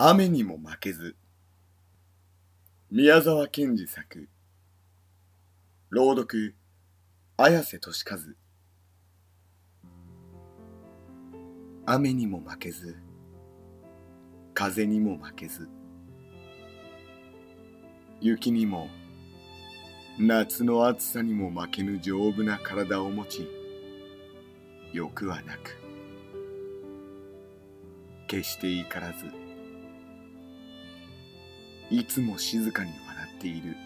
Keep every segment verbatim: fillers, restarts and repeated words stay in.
雨にも負けず。宮沢賢治作。朗読、綾瀬俊和。雨にも負けず、風にも負けず、雪にも夏の暑さにも負けぬ丈夫な体を持ち、欲はなく、決して怒らず、いつも静かに笑っている。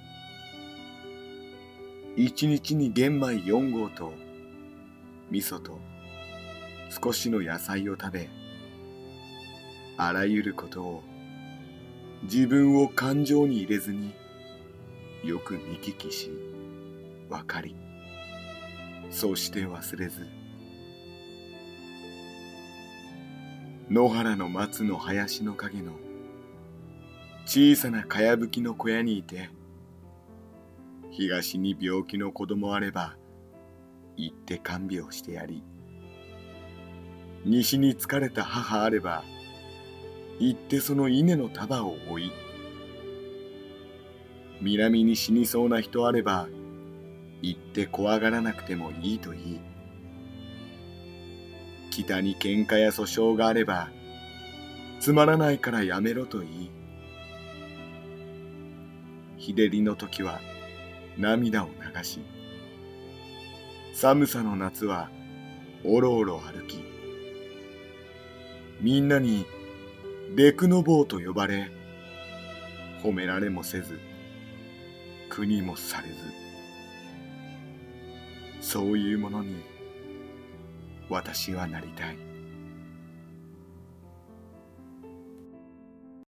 一日に玄米四合と味噌と少しの野菜を食べ、あらゆることを自分を感情に入れずによく見聞きし、わかり、そして忘れず、野原の松の林の陰の小さなかやぶきの小屋にいて、東に病気の子供あれば行って看病してやり、西に疲れた母あれば行ってその稲の束を追い、南に死にそうな人あれば行って怖がらなくてもいいと言い、北に喧嘩や訴訟があればつまらないからやめろと言い、日照りの時は涙を流し、寒さの夏はおろおろ歩き、みんなにデクノボーと呼ばれ、褒められもせず、苦にもされず、そういうものに私はなりたい。